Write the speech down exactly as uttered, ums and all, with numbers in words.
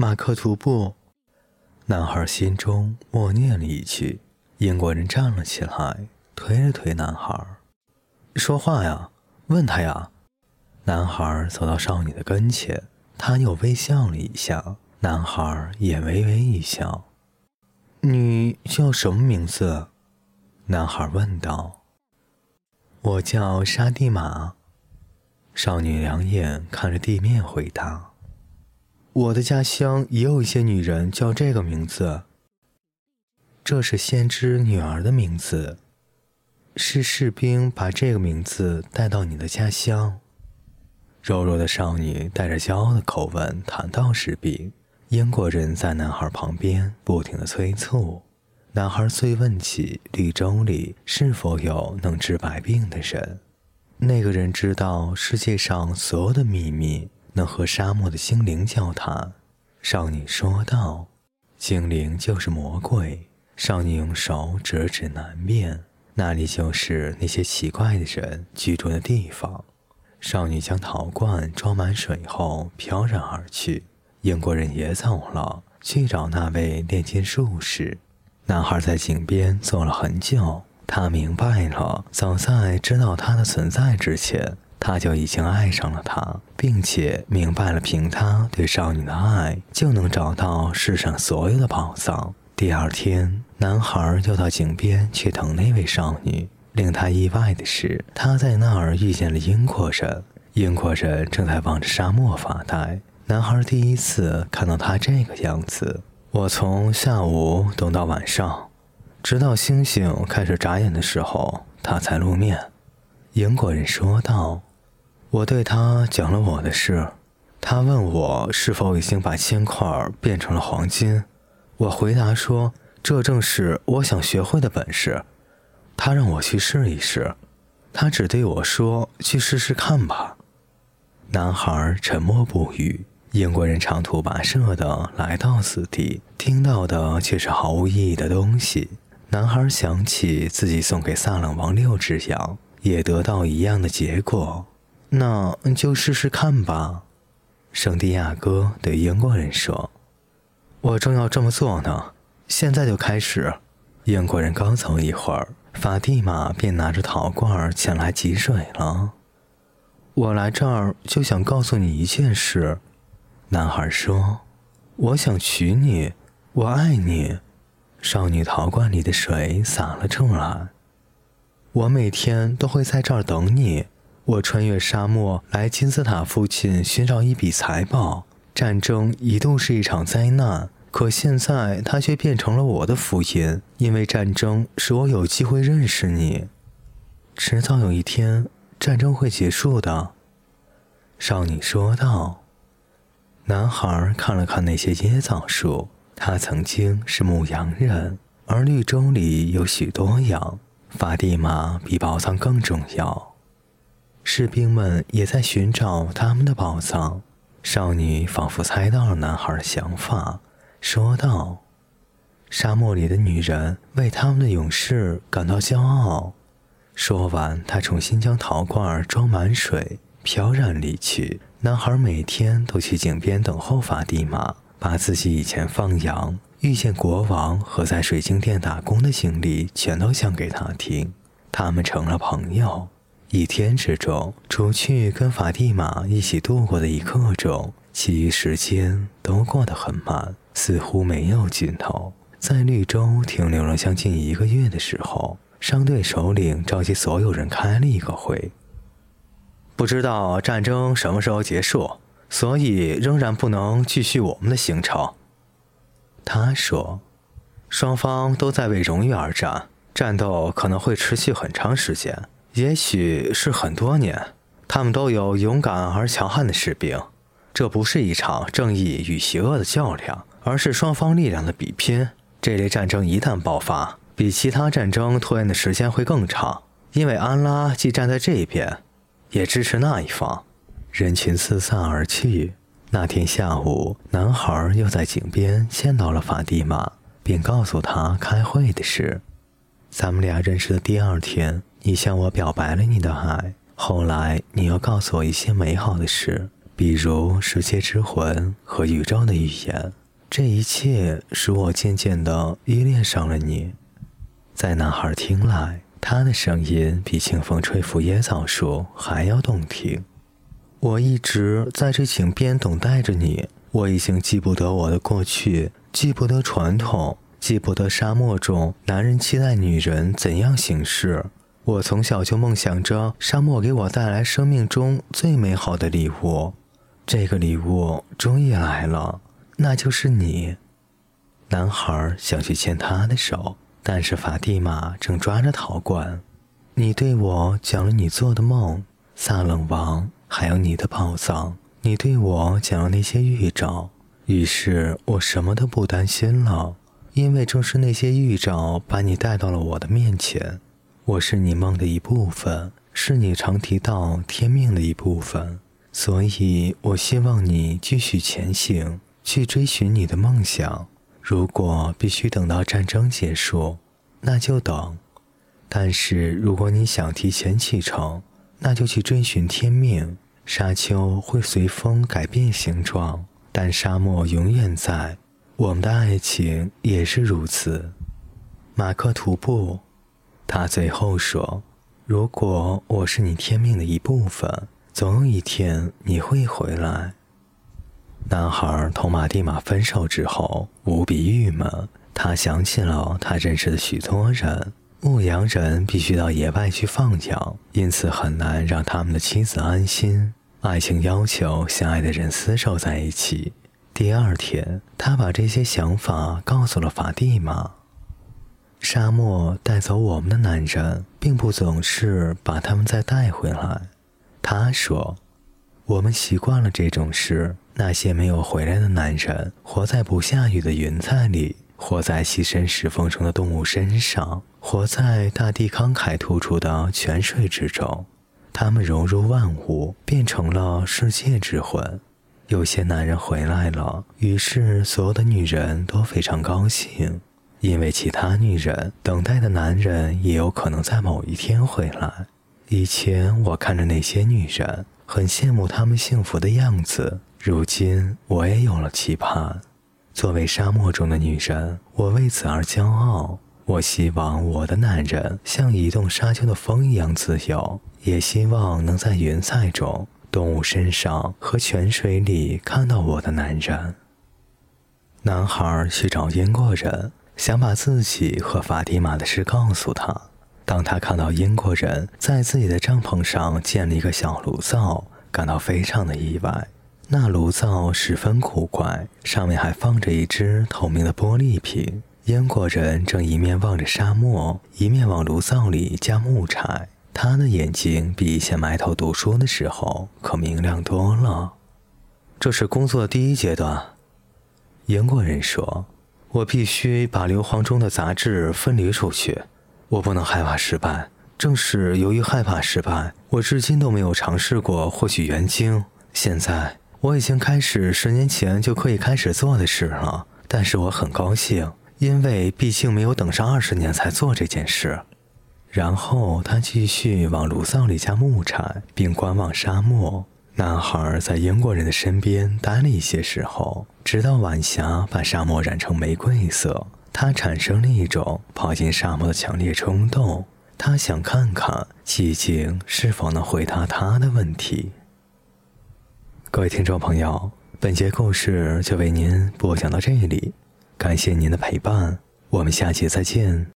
马克吐布。男孩心中默念了一句。英国人站了起来，推了推男孩。说话呀，问他呀。男孩走到少女的跟前，他又微笑了一下，男孩也微微一笑。你叫什么名字？男孩问道。我叫沙地玛。少女两眼看着地面回答。我的家乡也有一些女人叫这个名字。这是先知女儿的名字，是士兵把这个名字带到你的家乡。柔柔的少女带着骄傲的口吻谈到士兵。英国人在男孩旁边不停地催促。男孩遂问起绿洲里是否有能治百病的人。那个人知道世界上所有的秘密，能和沙漠的精灵交谈。少女说道。精灵就是魔鬼。少女用手指了指南边，那里就是那些奇怪的人居住的地方。少女将陶罐装满水后飘然而去。英国人也走了，去找那位炼金术士。男孩在井边坐了很久，他明白了，早在知道他的存在之前，他就已经爱上了他，并且明白了凭他对少女的爱，就能找到世上所有的宝藏。第二天，男孩又到井边去等那位少女。令他意外的是，他在那儿遇见了英国人。英国人正在望着沙漠发呆。男孩第一次看到他这个样子。我从下午等到晚上，直到星星开始眨眼的时候，他才露面。英国人说道。我对他讲了我的事，他问我是否已经把铅块变成了黄金。我回答说，这正是我想学会的本事。他让我去试一试，他只对我说，去试试看吧。男孩沉默不语。英国人长途跋涉地来到此地，听到的却是毫无意义的东西。男孩想起自己送给萨冷王六只羊，也得到一样的结果。那就试试看吧。圣地亚哥对英国人说。我正要这么做呢，现在就开始。英国人刚走一会儿，法蒂玛便拿着陶罐前来汲水了。我来这儿就想告诉你一件事。男孩说。我想娶你，我爱你。少女陶罐里的水洒了出来。我每天都会在这儿等你。我穿越沙漠来金字塔附近寻找一笔财宝。战争一度是一场灾难，可现在它却变成了我的福音，因为战争使我有机会认识你。迟早有一天，战争会结束的。少女说道。男孩看了看那些椰枣树，他曾经是牧羊人，而绿洲里有许多羊。法蒂玛比宝藏更重要。士兵们也在寻找他们的宝藏。少女仿佛猜到了男孩的想法，说道。沙漠里的女人为他们的勇士感到骄傲。说完，她重新将陶罐装满水，飘然离去。男孩每天都去井边等候法蒂玛，把自己以前放羊、遇见国王和在水晶店打工的经历全都讲给他听。他们成了朋友。一天之中，除去跟法蒂玛一起度过的一刻钟，其余时间都过得很慢，似乎没有尽头。在绿洲停留了将近一个月的时候，商队首领召集所有人开了一个会。不知道战争什么时候结束，所以仍然不能继续我们的行程。他说，双方都在为荣誉而战，战斗可能会持续很长时间，也许是很多年。他们都有勇敢而强悍的士兵。这不是一场正义与邪恶的较量，而是双方力量的比拼。这类战争一旦爆发，比其他战争拖延的时间会更长，因为安拉既站在这一边，也支持那一方。人群四散而去。那天下午，男孩又在井边见到了法蒂玛，并告诉他开会的事。咱们俩认识的第二天，你向我表白了你的爱，后来你又告诉我一些美好的事， 比如世界之魂和宇宙的语言。这一切使我渐渐地依恋上了你。在男孩听来，他的声音比清风吹拂椰枣树还要动听。我一直在这井边等待着你，我已经记不得我的过去，记不得传统，记不得沙漠中男人期待女人怎样行事。我从小就梦想着沙漠给我带来生命中最美好的礼物，这个礼物终于来了，那就是你。男孩想去牵她的手，但是法蒂玛正抓着陶罐。你对我讲了你做的梦，撒冷王，还有你的宝藏。你对我讲了那些预兆，于是我什么都不担心了，因为正是那些预兆把你带到了我的面前。我是你梦的一部分，是你常提到天命的一部分，所以我希望你继续前行，去追寻你的梦想。如果必须等到战争结束，那就等。但是如果你想提前启程，那就去追寻天命。沙丘会随风改变形状，但沙漠永远在。我们的爱情也是如此。马克吐布，他最后说，如果我是你天命的一部分，总有一天你会回来。男孩同马蒂玛分手之后无比郁闷，他想起了他认识的许多人，牧羊人必须到野外去放羊，因此很难让他们的妻子安心。爱情要求相爱的人厮守在一起。第二天，他把这些想法告诉了法蒂玛。沙漠带走我们的男人，并不总是把他们再带回来。他说，我们习惯了这种事。那些没有回来的男人，活在不下雨的云彩里，活在栖身石缝中的动物身上，活在大地慷慨吐出的泉水之中。他们融入万物，变成了世界之魂。有些男人回来了，于是所有的女人都非常高兴，因为其他女人等待的男人也有可能在某一天回来。以前我看着那些女人，很羡慕她们幸福的样子，如今我也有了期盼。作为沙漠中的女人，我为此而骄傲。我希望我的男人像移动沙丘的风一样自由，也希望能在云彩中、动物身上和泉水里看到我的男人。男孩去找英国人，想把自己和法蒂玛的事告诉他。当他看到英国人在自己的帐篷上建了一个小炉灶，感到非常的意外。那炉灶十分古怪，上面还放着一只透明的玻璃瓶。英国人正一面望着沙漠，一面往炉灶里加木柴。他的眼睛比以前埋头读书的时候可明亮多了。这是工作的第一阶段，英国人说，我必须把硫磺中的杂质分离出去，我不能害怕失败。正是由于害怕失败，我至今都没有尝试过获取原精。现在我已经开始十年前就可以开始做的事了，但是我很高兴，因为毕竟没有等上二十年才做这件事。然后他继续往炉灶里加木柴，并观望沙漠。男孩在英国人的身边待了一些时候，直到晚霞把沙漠染成玫瑰色，他产生了一种跑进沙漠的强烈冲动。他想看看寂静是否能回答他的问题。各位听众朋友，本节故事就为您播讲到这里，感谢您的陪伴，我们下期再见。